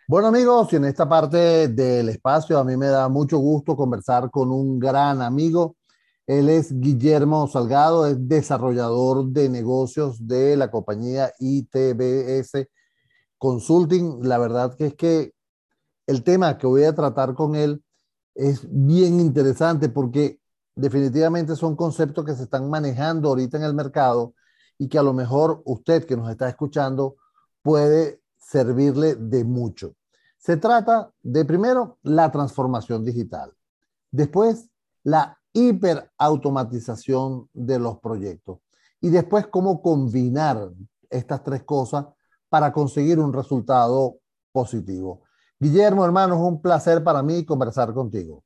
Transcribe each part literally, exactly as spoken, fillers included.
Bueno amigos, y en esta parte del espacio a mí me da mucho gusto conversar con un gran amigo. Él es Guillermo Salgado, es desarrollador de negocios de la compañía I T B S Consulting. La verdad que es que el tema que voy a tratar con él es bien interesante porque definitivamente son conceptos que se están manejando ahorita en el mercado y que a lo mejor usted que nos está escuchando puede servirle de mucho. Se trata de primero la transformación digital, después la hiperautomatización de los proyectos y después cómo combinar estas tres cosas para conseguir un resultado positivo. Guillermo, hermano, es un placer para mí conversar contigo.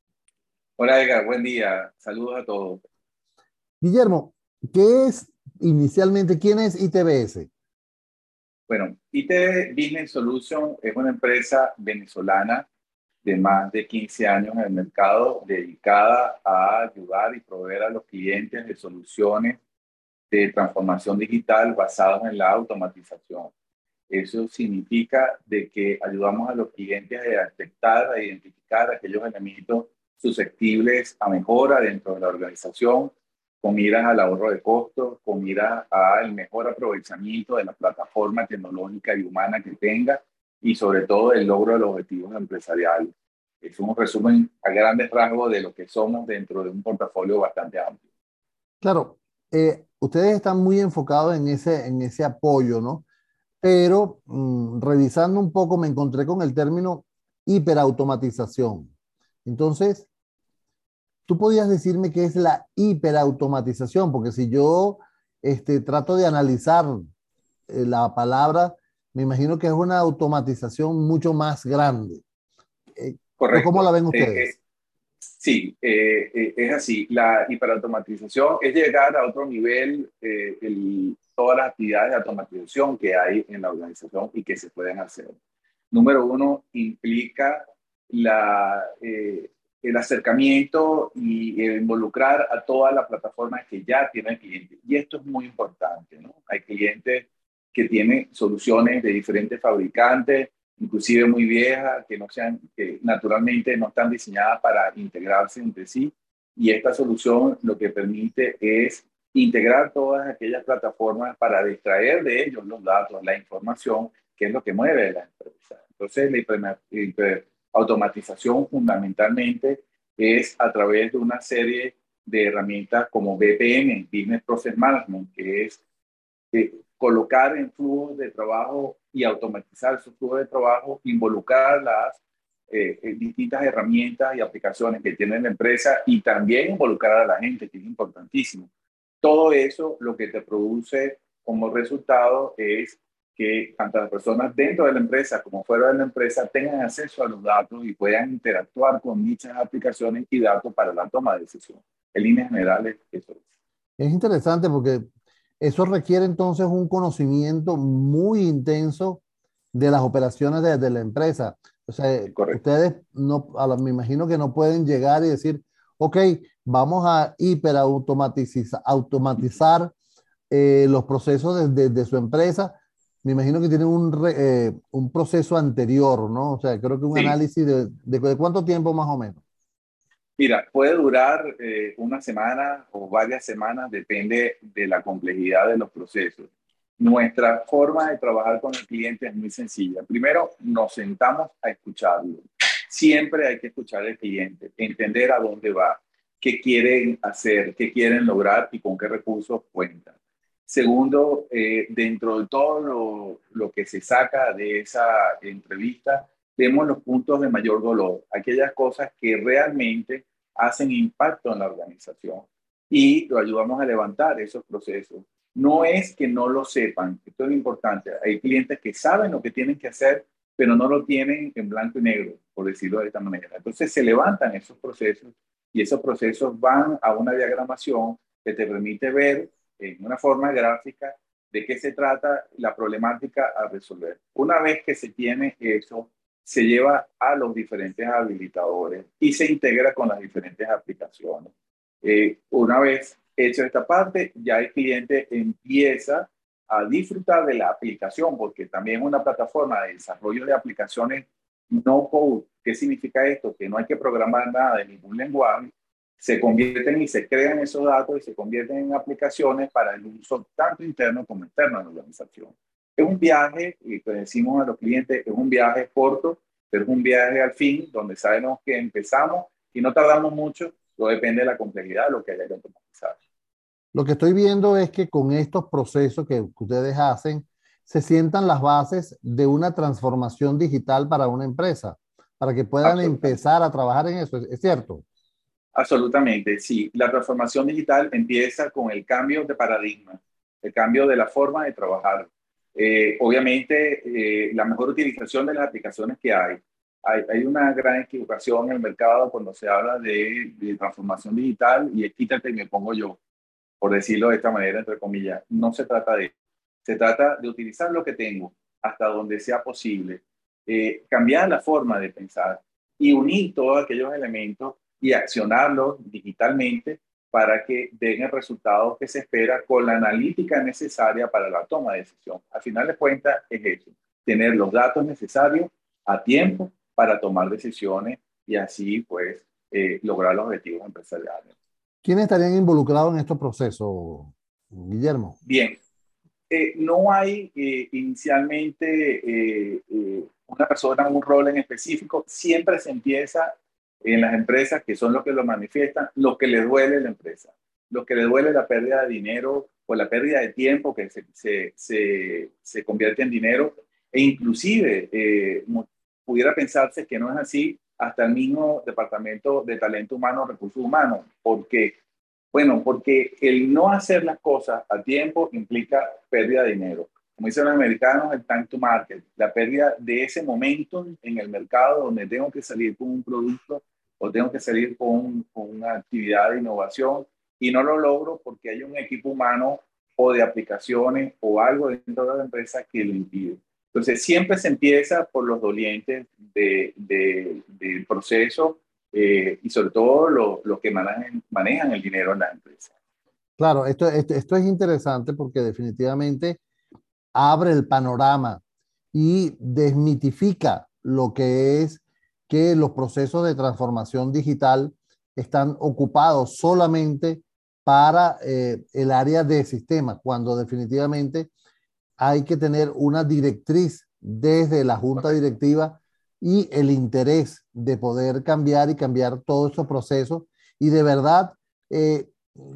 Hola Edgar, buen día. Saludos a todos. Guillermo, ¿qué es inicialmente, quién es I T B S? Bueno, I T Business Solution es una empresa venezolana de más de quince años en el mercado dedicada a ayudar y proveer a los clientes de soluciones de transformación digital basadas en la automatización. Eso significa de que ayudamos a los clientes a detectar, a identificar aquellos elementos susceptibles a mejora dentro de la organización, con miras al ahorro de costos, con miras al mejor aprovechamiento de la plataforma tecnológica y humana que tenga y sobre todo el logro de los objetivos empresariales. Es un resumen a grandes rasgos de lo que somos dentro de un portafolio bastante amplio. Claro, eh, ustedes están muy enfocados en ese, en ese apoyo, ¿no? Pero mm, revisando un poco me encontré con el término hiperautomatización. Entonces, tú podías decirme qué es la hiperautomatización, porque si yo este, trato de analizar eh, la palabra, me imagino que es una automatización mucho más grande. Eh, ¿Cómo la Correcto. ven Eh, eh, ustedes? Sí, eh, eh, es así. La hiperautomatización es llegar a otro nivel, eh, el- todas las actividades de automatización que hay en la organización y que se pueden hacer. Número uno, implica la, eh, el acercamiento y eh, involucrar a toda la plataforma que ya tiene el cliente. Y esto es muy importante, ¿no? Hay clientes que tienen soluciones de diferentes fabricantes, inclusive muy viejas, que, no sean, que naturalmente no están diseñadas para integrarse entre sí. Y esta solución lo que permite es integrar todas aquellas plataformas para extraer de ellos los datos, la información, que es lo que mueve la empresa. Entonces, la hiper, hiper automatización fundamentalmente es a través de una serie de herramientas como B P M, Business Process Management, que es eh, colocar en flujos de trabajo y automatizar su flujo de trabajo, involucrar las eh, eh, distintas herramientas y aplicaciones que tiene la empresa y también involucrar a la gente, que es importantísimo. Todo eso lo que te produce como resultado es que tanto las personas dentro de la empresa como fuera de la empresa tengan acceso a los datos y puedan interactuar con dichas aplicaciones y datos para la toma de decisiones. En líneas generales, eso es. Es interesante porque eso requiere entonces un conocimiento muy intenso de las operaciones de, de la empresa. O sea, Es correcto. ustedes no, a la- me imagino que no pueden llegar y decir, ok, vamos a hiperautomatizar automatizar eh, los procesos de, de- de su empresa. Me imagino que tienen un, re- eh, un proceso anterior, ¿no? O sea, creo que un Sí, análisis de, de, de cuánto tiempo más o menos. mira, puede durar eh, una semana o varias semanas, depende de la complejidad de los procesos. Nuestra forma de trabajar con el cliente es muy sencilla. Primero, nos sentamos a escucharlo. Siempre hay que escuchar al cliente, entender a dónde va, qué quieren hacer, qué quieren lograr y con qué recursos cuentan. Segundo, eh, dentro de todo lo, lo que se saca de esa entrevista, vemos los puntos de mayor dolor, aquellas cosas que realmente hacen impacto en la organización y lo ayudamos a levantar esos procesos. No es que no lo sepan, esto es importante. Hay clientes que saben lo que tienen que hacer, pero no lo tienen en blanco y negro, por decirlo de esta manera. Entonces se levantan esos procesos y esos procesos van a una diagramación que te permite ver en una forma gráfica de qué se trata la problemática a resolver. Una vez que se tiene eso, se lleva a los diferentes habilitadores y se integra con las diferentes aplicaciones. Eh, una vez hecho esta parte, ya el cliente empieza a disfrutar de la aplicación, porque también es una plataforma de desarrollo de aplicaciones no code. ¿Qué significa esto? Que no hay que programar nada de ningún lenguaje, se convierten y se crean esos datos y se convierten en aplicaciones para el uso tanto interno como externo de la organización. Es un viaje, y que decimos a los clientes, es un viaje corto, pero es un viaje al fin, donde sabemos que empezamos y no tardamos mucho, todo depende de la complejidad de lo que haya que automatizar. Lo que estoy viendo es que con estos procesos que ustedes hacen, se sientan las bases de una transformación digital para una empresa, para que puedan Absolutamente. empezar a trabajar en eso. ¿Es, es cierto? Absolutamente, sí. La transformación digital empieza con el cambio de paradigma, el cambio de la forma de trabajar. Eh, obviamente, eh, la mejor utilización de las aplicaciones que hay. Hay, hay una gran equivocación en el mercado cuando se habla de, de transformación digital y es quítate y me pongo yo, por decirlo de esta manera, entre comillas. No se trata de eso. Se trata de utilizar lo que tengo hasta donde sea posible, eh, cambiar la forma de pensar y unir todos aquellos elementos y accionarlos digitalmente para que den el resultado que se espera con la analítica necesaria para la toma de decisión. Al final de cuentas es eso, tener los datos necesarios a tiempo para tomar decisiones y así pues eh, lograr los objetivos empresariales. ¿Quiénes estarían involucrados en estos procesos, Guillermo? Bien, eh, no hay eh, inicialmente eh, eh, una persona, un rol en específico, siempre se empieza en las empresas que son los que lo manifiestan, lo que le duele a la empresa, lo que le duele la pérdida de dinero o la pérdida de tiempo que se, se, se, se convierte en dinero e inclusive eh, pudiera pensarse que no es así hasta el mismo departamento de talento humano, recursos humanos, porque bueno, porque el no hacer las cosas a tiempo implica pérdida de dinero. Como dicen los americanos, el time to market, la pérdida de ese momento en el mercado donde tengo que salir con un producto o tengo que salir con, con una actividad de innovación y no lo logro porque hay un equipo humano o de aplicaciones o algo dentro de la empresa que lo impide. Entonces, siempre se empieza por los dolientes de, de, del proceso eh, y sobre todo los lo que manejan, manejan el dinero en la empresa. Claro, esto, esto, esto es interesante porque definitivamente abre el panorama y desmitifica lo que es que los procesos de transformación digital están ocupados solamente para eh, el área de sistemas, cuando definitivamente hay que tener una directriz desde la junta Correcto. directiva y el interés de poder cambiar y cambiar todos esos procesos y de verdad eh,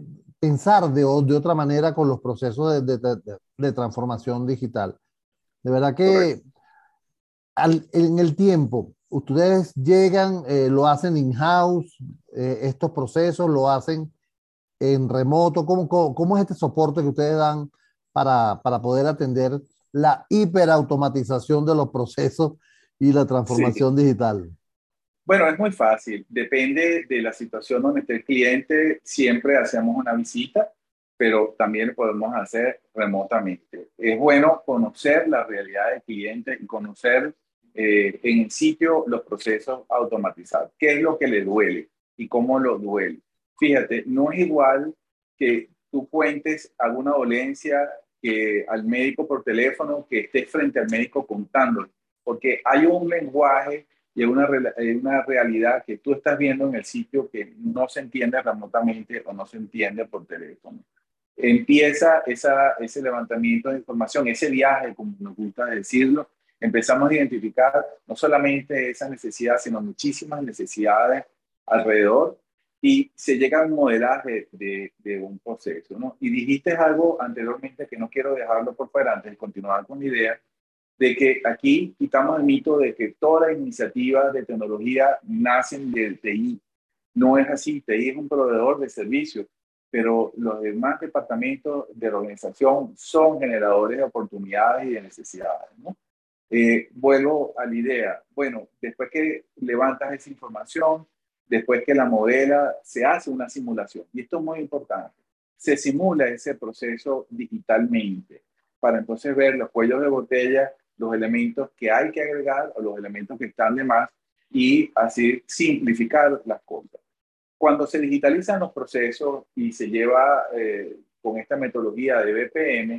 pensar de, de, otra manera con los procesos de, de, de, de transformación digital. De verdad Correcto. que al, en el tiempo, ustedes llegan, eh, lo hacen in-house, eh, estos procesos lo hacen en remoto. ¿Cómo, cómo, cómo es este soporte que ustedes dan para, para poder atender la hiperautomatización de los procesos y la Sí. transformación digital? Bueno, es muy fácil. Depende de la situación donde esté el cliente. Siempre hacemos una visita, pero también lo podemos hacer remotamente. Es bueno conocer la realidad del cliente y conocer eh, en el sitio los procesos automatizados. ¿Qué es lo que le duele y cómo lo duele? Fíjate, no es igual que tú cuentes alguna dolencia que al médico por teléfono, que estés frente al médico contándole, porque hay un lenguaje y es una, una realidad que tú estás viendo en el sitio que no se entiende remotamente o no se entiende por teléfono. Empieza esa, ese levantamiento de información, ese viaje, como nos gusta decirlo, empezamos a identificar no solamente esas necesidades, sino muchísimas necesidades alrededor y se llega a un modelaje de, de un proceso, ¿no? Y dijiste algo anteriormente que no quiero dejarlo por fuera antes de continuar con la idea, de que aquí quitamos el mito de que todas las iniciativas de tecnología nacen del T I. No es así, T I es un proveedor de servicios, pero los demás departamentos de la organización son generadores de oportunidades y de necesidades, ¿no? Eh, vuelvo a la idea, bueno, después que levantas esa información, después que la modela, se hace una simulación. Y esto es muy importante. Se simula ese proceso digitalmente para entonces ver los cuellos de botella, los elementos que hay que agregar o los elementos que están de más y así simplificar las cosas. Cuando se digitalizan los procesos y se lleva eh, con esta metodología de B P M,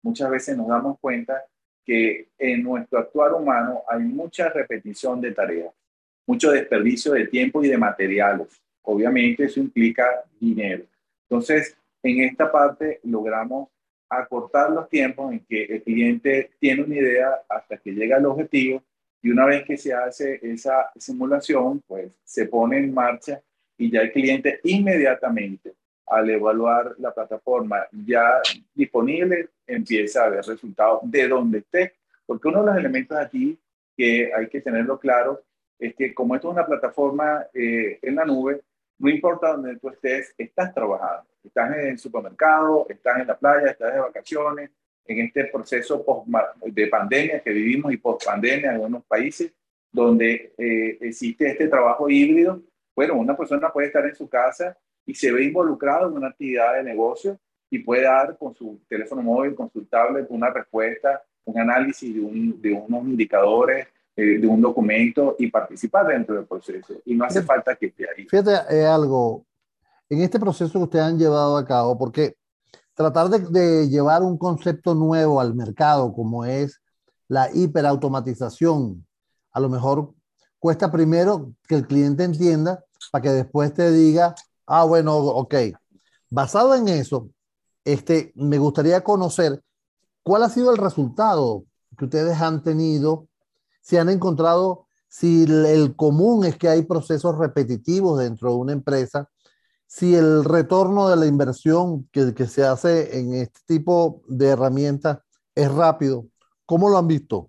muchas veces nos damos cuenta que en nuestro actuar humano hay mucha repetición de tareas, mucho desperdicio de tiempo y de materiales. Obviamente eso implica dinero. Entonces, en esta parte logramos acortar los tiempos en que el cliente tiene una idea hasta que llega al objetivo, y una vez que se hace esa simulación, pues se pone en marcha y ya el cliente inmediatamente, al evaluar la plataforma ya disponible, empieza a ver resultados de donde esté. Porque uno de los elementos aquí que hay que tenerlo claro es que como esto es una plataforma eh, en la nube, no importa donde tú estés, estás trabajando. Estás en el supermercado, estás en la playa, estás de vacaciones, en este proceso post de pandemia que vivimos y post pandemia en algunos países, donde eh, existe este trabajo híbrido. Bueno, una persona puede estar en su casa y se ve involucrado en una actividad de negocio y puede dar con su teléfono móvil, con su tablet, una respuesta, un análisis de, un, de unos indicadores, eh, de un documento, y participar dentro del proceso. Y no hace Fíjate, falta que esté ahí. fíjate, eh, algo, en este proceso que ustedes han llevado a cabo, porque tratar de, de llevar un concepto nuevo al mercado, como es la hiperautomatización, a lo mejor cuesta primero que el cliente entienda para que después te diga, ah, bueno, ok. Basado en eso, este, me gustaría conocer cuál ha sido el resultado que ustedes han tenido, si han encontrado, si el, el común es que hay procesos repetitivos dentro de una empresa, si el retorno de la inversión que, que se hace en este tipo de herramientas es rápido. ¿Cómo lo han visto?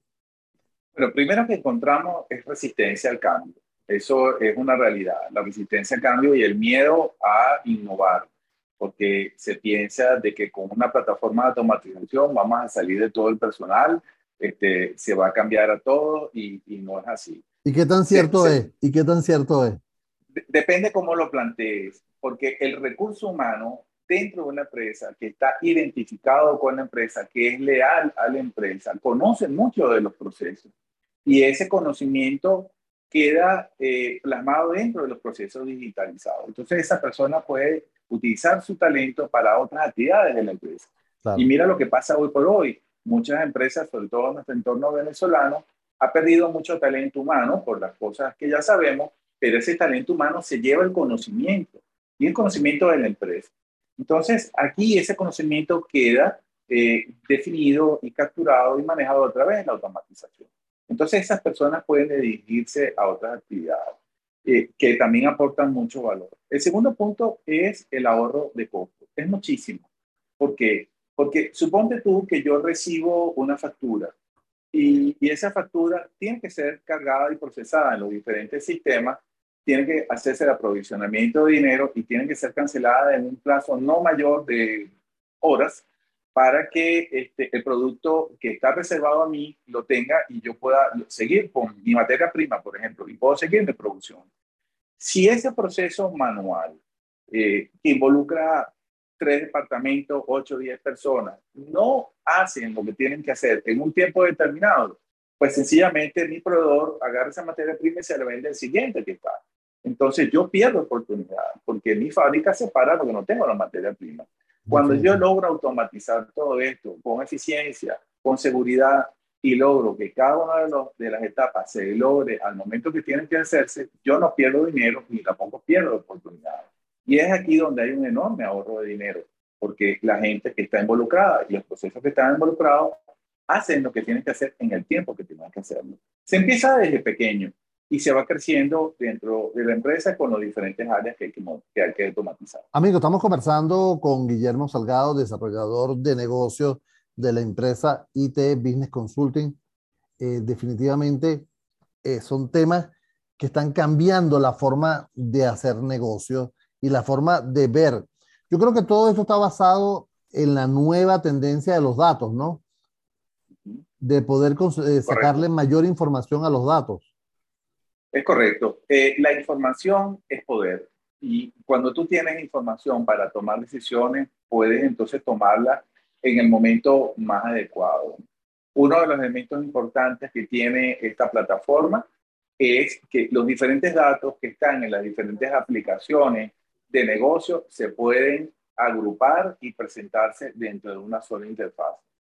Lo primero que encontramos es resistencia al cambio. Eso es una realidad, la resistencia al cambio y el miedo a innovar, porque se piensa de que con una plataforma de automatización vamos a salir de todo el personal, este, se va a cambiar a todo, y, y no es así. ¿Y qué tan Se, cierto se, es? ¿Y qué tan cierto es? de- depende cómo lo plantees, porque el recurso humano dentro de una empresa que está identificado con la empresa, que es leal a la empresa, conoce mucho de los procesos, y ese conocimiento queda eh, plasmado dentro de los procesos digitalizados. Entonces esa persona puede utilizar su talento para otras actividades de la empresa. Y Claro. mira lo que pasa hoy por hoy. Muchas empresas, sobre todo en nuestro entorno venezolano, ha perdido mucho talento humano por las cosas que ya sabemos, pero ese talento humano se lleva el conocimiento y el conocimiento de la empresa. Entonces, aquí ese conocimiento queda eh, definido y capturado y manejado a través de la automatización. Entonces, esas personas pueden dirigirse a otras actividades eh, que también aportan mucho valor. El segundo punto es el ahorro de costos. Es muchísimo. ¿Por qué? Porque suponte tú que yo recibo una factura, y, y esa factura tiene que ser cargada y procesada en los diferentes sistemas, tiene que hacerse el aprovisionamiento de dinero y tiene que ser cancelada en un plazo no mayor de horas, para que este, el producto que está reservado a mí lo tenga y yo pueda seguir con mi materia prima, por ejemplo, y puedo seguir mi producción. Si ese proceso manual eh, que involucra tres departamentos, ocho, diez personas, no hacen lo que tienen que hacer en un tiempo determinado, pues sencillamente mi proveedor agarra esa materia prima y se la vende al siguiente que está. Entonces yo pierdo oportunidad porque mi fábrica se para porque no tengo la materia prima. Cuando yo Definitivo. logro automatizar todo esto con eficiencia, con seguridad, y logro que cada una de, los, de las etapas se logre al momento que tienen que hacerse, yo no pierdo dinero ni tampoco pierdo oportunidades. Y es aquí donde hay un enorme ahorro de dinero, porque la gente que está involucrada y los procesos que están involucrados hacen lo que tienen que hacer en el tiempo que tienen que hacerlo. Se empieza desde pequeño y se va creciendo dentro de la empresa con las diferentes áreas que hay que, que, hay que automatizar. Amigo, estamos conversando con Guillermo Salgado, desarrollador de negocios de la empresa I T Business Consulting. Eh, definitivamente eh, son temas que están cambiando la forma de hacer negocios y la forma de ver. Yo creo que todo esto está basado en la nueva tendencia de los datos, ¿no? De poder eh, sacarle Correcto. mayor información a los datos. Es correcto. Eh, la información es poder. Y cuando tú tienes información para tomar decisiones, puedes entonces tomarla en el momento más adecuado. Uno de los elementos importantes que tiene esta plataforma es que los diferentes datos que están en las diferentes aplicaciones de negocio se pueden agrupar y presentarse dentro de una sola interfaz.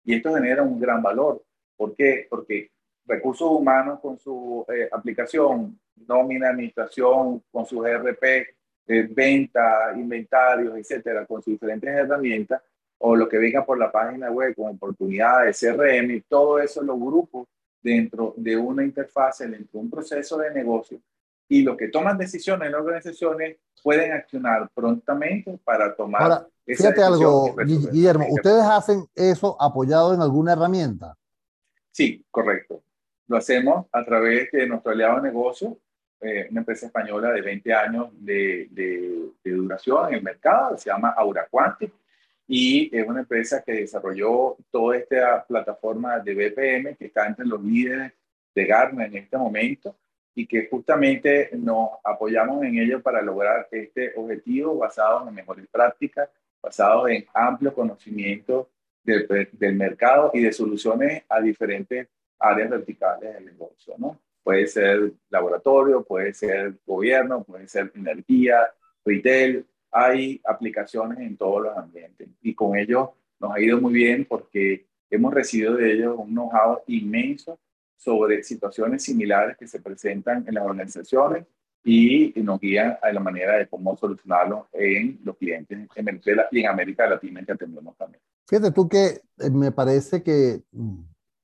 Y esto genera un gran valor. ¿Por qué? Porque recursos humanos con su eh, aplicación, nómina, administración, con sus E R P, eh, venta, inventarios, etcétera, con sus diferentes herramientas, o lo que venga por la página web con oportunidades, C R M, todo eso los grupos dentro de una interfase, dentro de un proceso de negocio. Y los que toman decisiones en las organizaciones pueden accionar prontamente para tomar Ahora, esa fíjate decisión y algo, resolver. Guillermo, ¿ustedes hacen eso apoyado en alguna herramienta? Sí, correcto. Lo hacemos a través de nuestro aliado de negocio, eh, una empresa española de veinte años de, de, de duración en el mercado, se llama Aura Quantic, y es una empresa que desarrolló toda esta plataforma de B P M que está entre los líderes de Gartner en este momento y que justamente nos apoyamos en ello para lograr este objetivo basado en mejores prácticas, basado en amplio conocimiento del, del mercado y de soluciones a diferentes áreas verticales del negocio, ¿no? Puede ser laboratorio, puede ser gobierno, puede ser energía, retail. Hay aplicaciones en todos los ambientes y con ellos nos ha ido muy bien porque hemos recibido de ellos un know-how inmenso sobre situaciones similares que se presentan en las organizaciones y nos guían a la manera de cómo solucionarlo en los clientes en Venezuela y en América Latina que atendemos también. Fíjate tú que eh, me parece que mm,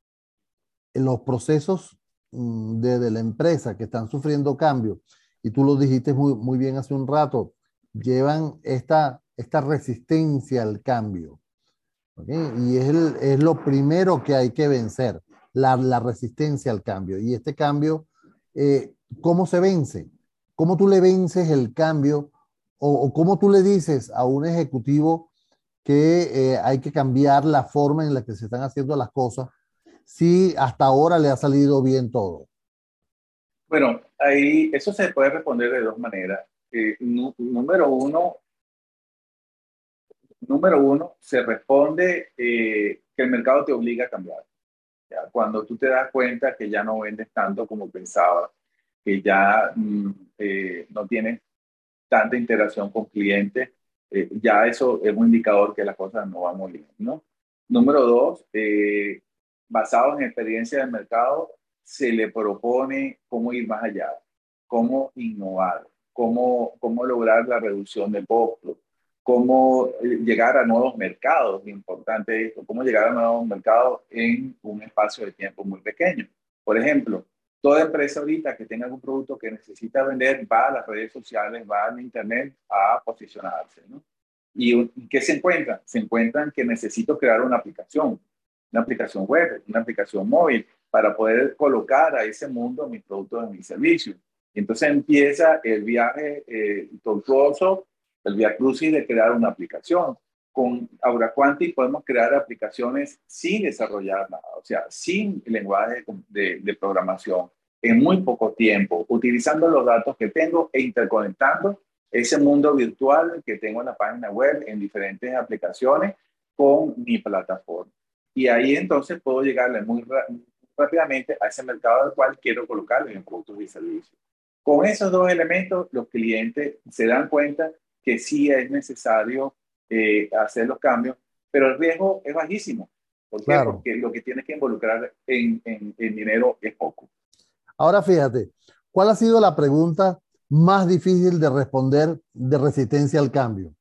en los procesos mm, de, de la empresa que están sufriendo cambios, y tú lo dijiste muy, muy bien hace un rato, llevan esta, esta resistencia al cambio. ¿Ok? Y es, el, es lo primero que hay que vencer, la, la resistencia al cambio. Y este cambio, eh, ¿cómo se vence? ¿Cómo tú le vences el cambio? O, o cómo tú le dices a un ejecutivo que eh, hay que cambiar la forma en la que se están haciendo las cosas si hasta ahora le ha salido bien todo? Bueno, ahí eso se puede responder de dos maneras. Eh, número uno, número uno, se responde eh, que el mercado te obliga a cambiar. ¿Ya? Cuando tú te das cuenta que ya no vendes tanto como pensabas, que ya mm, eh, no tienes tanta interacción con clientes, eh, ya eso es un indicador que las cosas no van muy bien, ¿no? Número dos, eh, basado en experiencia del mercado, se le propone cómo ir más allá, cómo innovar, cómo, cómo lograr la reducción de costos, cómo llegar a nuevos mercados, importante esto, cómo llegar a nuevos mercados en un espacio de tiempo muy pequeño. Por ejemplo, toda empresa ahorita que tenga algún producto que necesita vender va a las redes sociales, va al internet a posicionarse, ¿no? ¿Y qué se encuentran? Se encuentran que necesito crear una aplicación, una aplicación web, una aplicación móvil para poder colocar a ese mundo mis productos y mis servicios. Y entonces empieza el viaje eh, tortuoso, el via crucis de crear una aplicación. Con Aura Quantic podemos crear aplicaciones sin desarrollar nada, o sea, sin lenguaje de, de programación, en muy poco tiempo, utilizando los datos que tengo e interconectando ese mundo virtual que tengo en la página web, en diferentes aplicaciones, con mi plataforma. Y ahí entonces puedo llegarle muy, muy rápidamente a ese mercado al cual quiero colocarle en productos y servicios. Con esos dos elementos, los clientes se dan cuenta que sí es necesario eh, hacer los cambios, pero el riesgo es bajísimo. ¿Por qué? Claro. Porque lo que tienes que involucrar en, en, en dinero es poco. Ahora fíjate, ¿cuál ha sido la pregunta más difícil de responder de resistencia al cambio?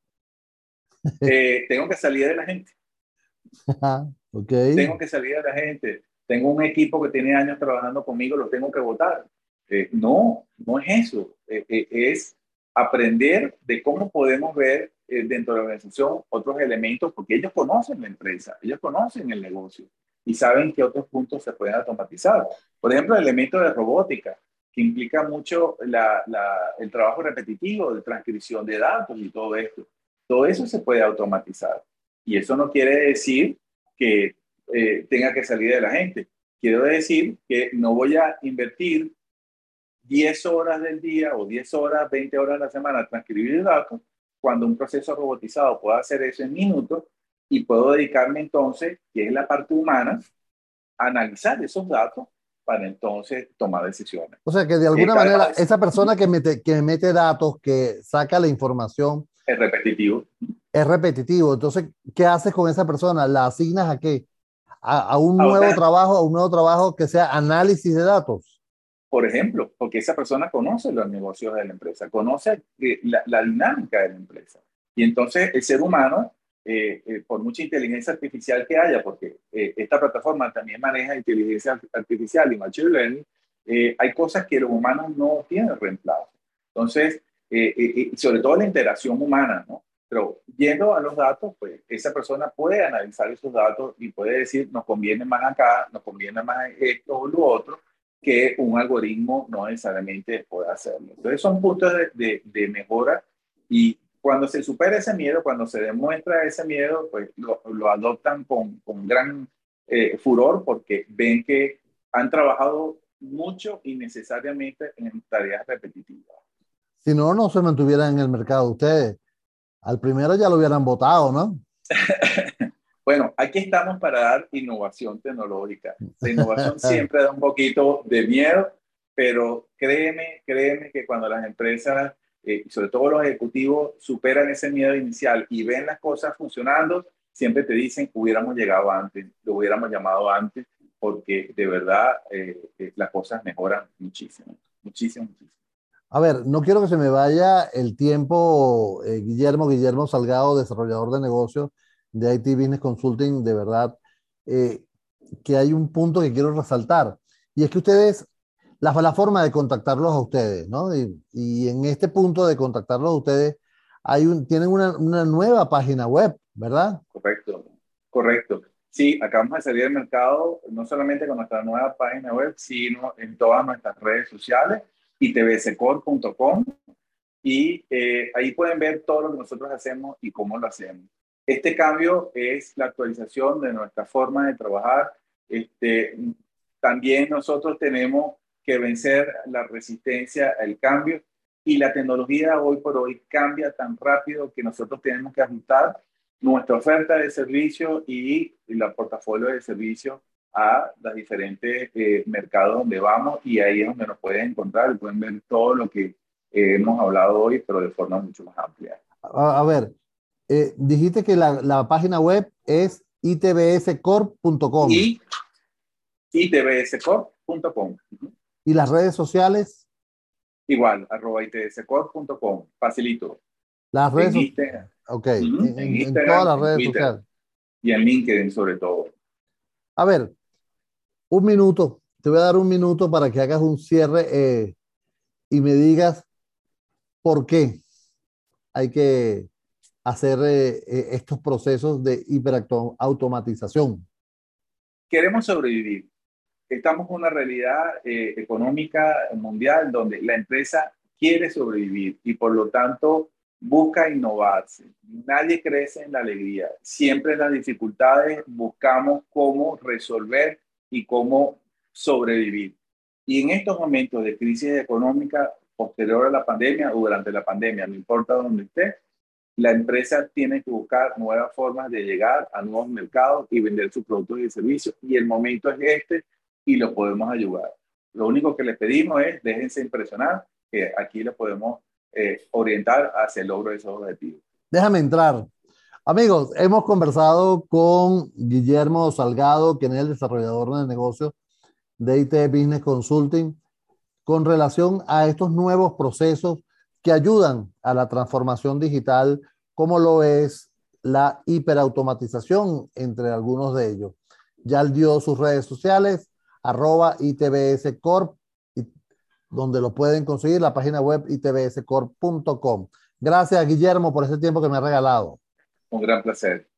Eh, tengo que salir de la gente. Ok. Tengo que salir de la gente. Tengo un equipo que tiene años trabajando conmigo, lo tengo que votar. Eh, no, no es eso. Eh, eh, es aprender de cómo podemos ver eh, dentro de la organización otros elementos, porque ellos conocen la empresa, ellos conocen el negocio y saben qué otros puntos se pueden automatizar. Por ejemplo, el elemento de robótica, que implica mucho la, la, el trabajo repetitivo de transcripción de datos y todo esto. Todo eso se puede automatizar. Y eso no quiere decir que eh, tenga que salir de la gente. Quiero decir que no voy a invertir diez horas del día o diez horas, veinte horas a la semana a transcribir datos, cuando un proceso robotizado pueda hacer eso en minutos y puedo dedicarme entonces, que es la parte humana, a analizar esos datos para entonces tomar decisiones. O sea que de Eh, alguna cada manera vez esa persona que mete, que mete datos, que saca la información, es repetitivo. es repetitivo. Entonces, ¿qué haces con esa persona? ¿La asignas a qué? a, a un nuevo Ahora, trabajo, a un nuevo trabajo que sea análisis de datos. por ejemplo, porque esa persona conoce los negocios de la empresa, conoce eh, la, la, dinámica de la empresa. Y entonces el ser humano, eh, eh, por mucha inteligencia artificial que haya, porque eh, esta plataforma también maneja inteligencia artificial y machine learning, eh, hay cosas que los humanos no tienen reemplazo. Entonces, eh, eh, eh, sobre todo la interacción humana, ¿no? Pero yendo a los datos, pues esa persona puede analizar esos datos y puede decir, nos conviene más acá, nos conviene más esto o lo otro, que un algoritmo no necesariamente puede hacerlo. Entonces son puntos de, de, de mejora y cuando se supera ese miedo, cuando se demuestra ese miedo, pues lo, lo adoptan con, con gran eh, furor porque ven que han trabajado mucho y necesariamente en tareas repetitivas. Si no, no se mantuvieran en el mercado ustedes. Al primero ya lo hubieran votado, ¿no? Bueno, aquí estamos para dar innovación tecnológica. La innovación siempre da un poquito de miedo, pero créeme, créeme que cuando las empresas, eh, sobre todo los ejecutivos, superan ese miedo inicial y ven las cosas funcionando, siempre te dicen, hubiéramos llegado antes, lo hubiéramos llamado antes, porque de verdad eh, eh, las cosas mejoran muchísimo, muchísimo, muchísimo. A ver, no quiero que se me vaya el tiempo, eh, Guillermo, Guillermo Salgado, desarrollador de negocios de I T Business Consulting, de verdad, eh, que hay un punto que quiero resaltar, y es que ustedes, la, la forma de contactarlos a ustedes, ¿no? Y, y en este punto de contactarlos a ustedes, hay un, tienen una, una nueva página web, ¿verdad? Correcto, correcto. Sí, acabamos de salir al mercado no solamente con nuestra nueva página web, sino en todas nuestras redes sociales, i t b c core punto com, y eh, ahí pueden ver todo lo que nosotros hacemos y cómo lo hacemos. Este cambio es la actualización de nuestra forma de trabajar. Este, también nosotros tenemos que vencer la resistencia al cambio y la tecnología hoy por hoy cambia tan rápido que nosotros tenemos que ajustar nuestra oferta de servicio y el portafolio de servicios a los diferentes eh, mercados donde vamos, y ahí es donde nos pueden encontrar y pueden ver todo lo que eh, hemos hablado hoy, pero de forma mucho más amplia. A, a ver, eh, dijiste que la, la página web es i t b s corp punto com Y i t b s corp punto com. Uh-huh. y las redes sociales. Igual, arroba i t b s corp punto com. Facilito. Las redes En sociales. Instagram, Ok, uh-huh, en en, en todas Instagram, las en redes Twitter sociales. y en LinkedIn sobre todo. A ver, un minuto. Te voy a dar un minuto para que hagas un cierre eh, y me digas por qué hay que hacer eh, eh, estos procesos de hiperautomatización. Queremos sobrevivir. Estamos en una realidad eh, económica mundial donde la empresa quiere sobrevivir y por lo tanto busca innovarse. Nadie crece en la alegría. Siempre en las dificultades buscamos cómo resolver y cómo sobrevivir. Y en estos momentos de crisis económica posterior a la pandemia o durante la pandemia, no importa dónde esté, la empresa tiene que buscar nuevas formas de llegar a nuevos mercados y vender sus productos y servicios. Y el momento es este y lo podemos ayudar. Lo único que les pedimos es déjense impresionar, que aquí les podemos eh, orientar hacia el logro de esos objetivos. Déjame entrar. Amigos, hemos conversado con Guillermo Salgado, quien es el desarrollador de negocios de I T Business Consulting, con relación a estos nuevos procesos que ayudan a la transformación digital, como lo es la hiperautomatización, entre algunos de ellos. Ya él dio sus redes sociales, arroba I T B S Corp, donde lo pueden conseguir, la página web i t b s corp punto com. Gracias, Guillermo, por ese tiempo que me ha regalado. Un gran placer.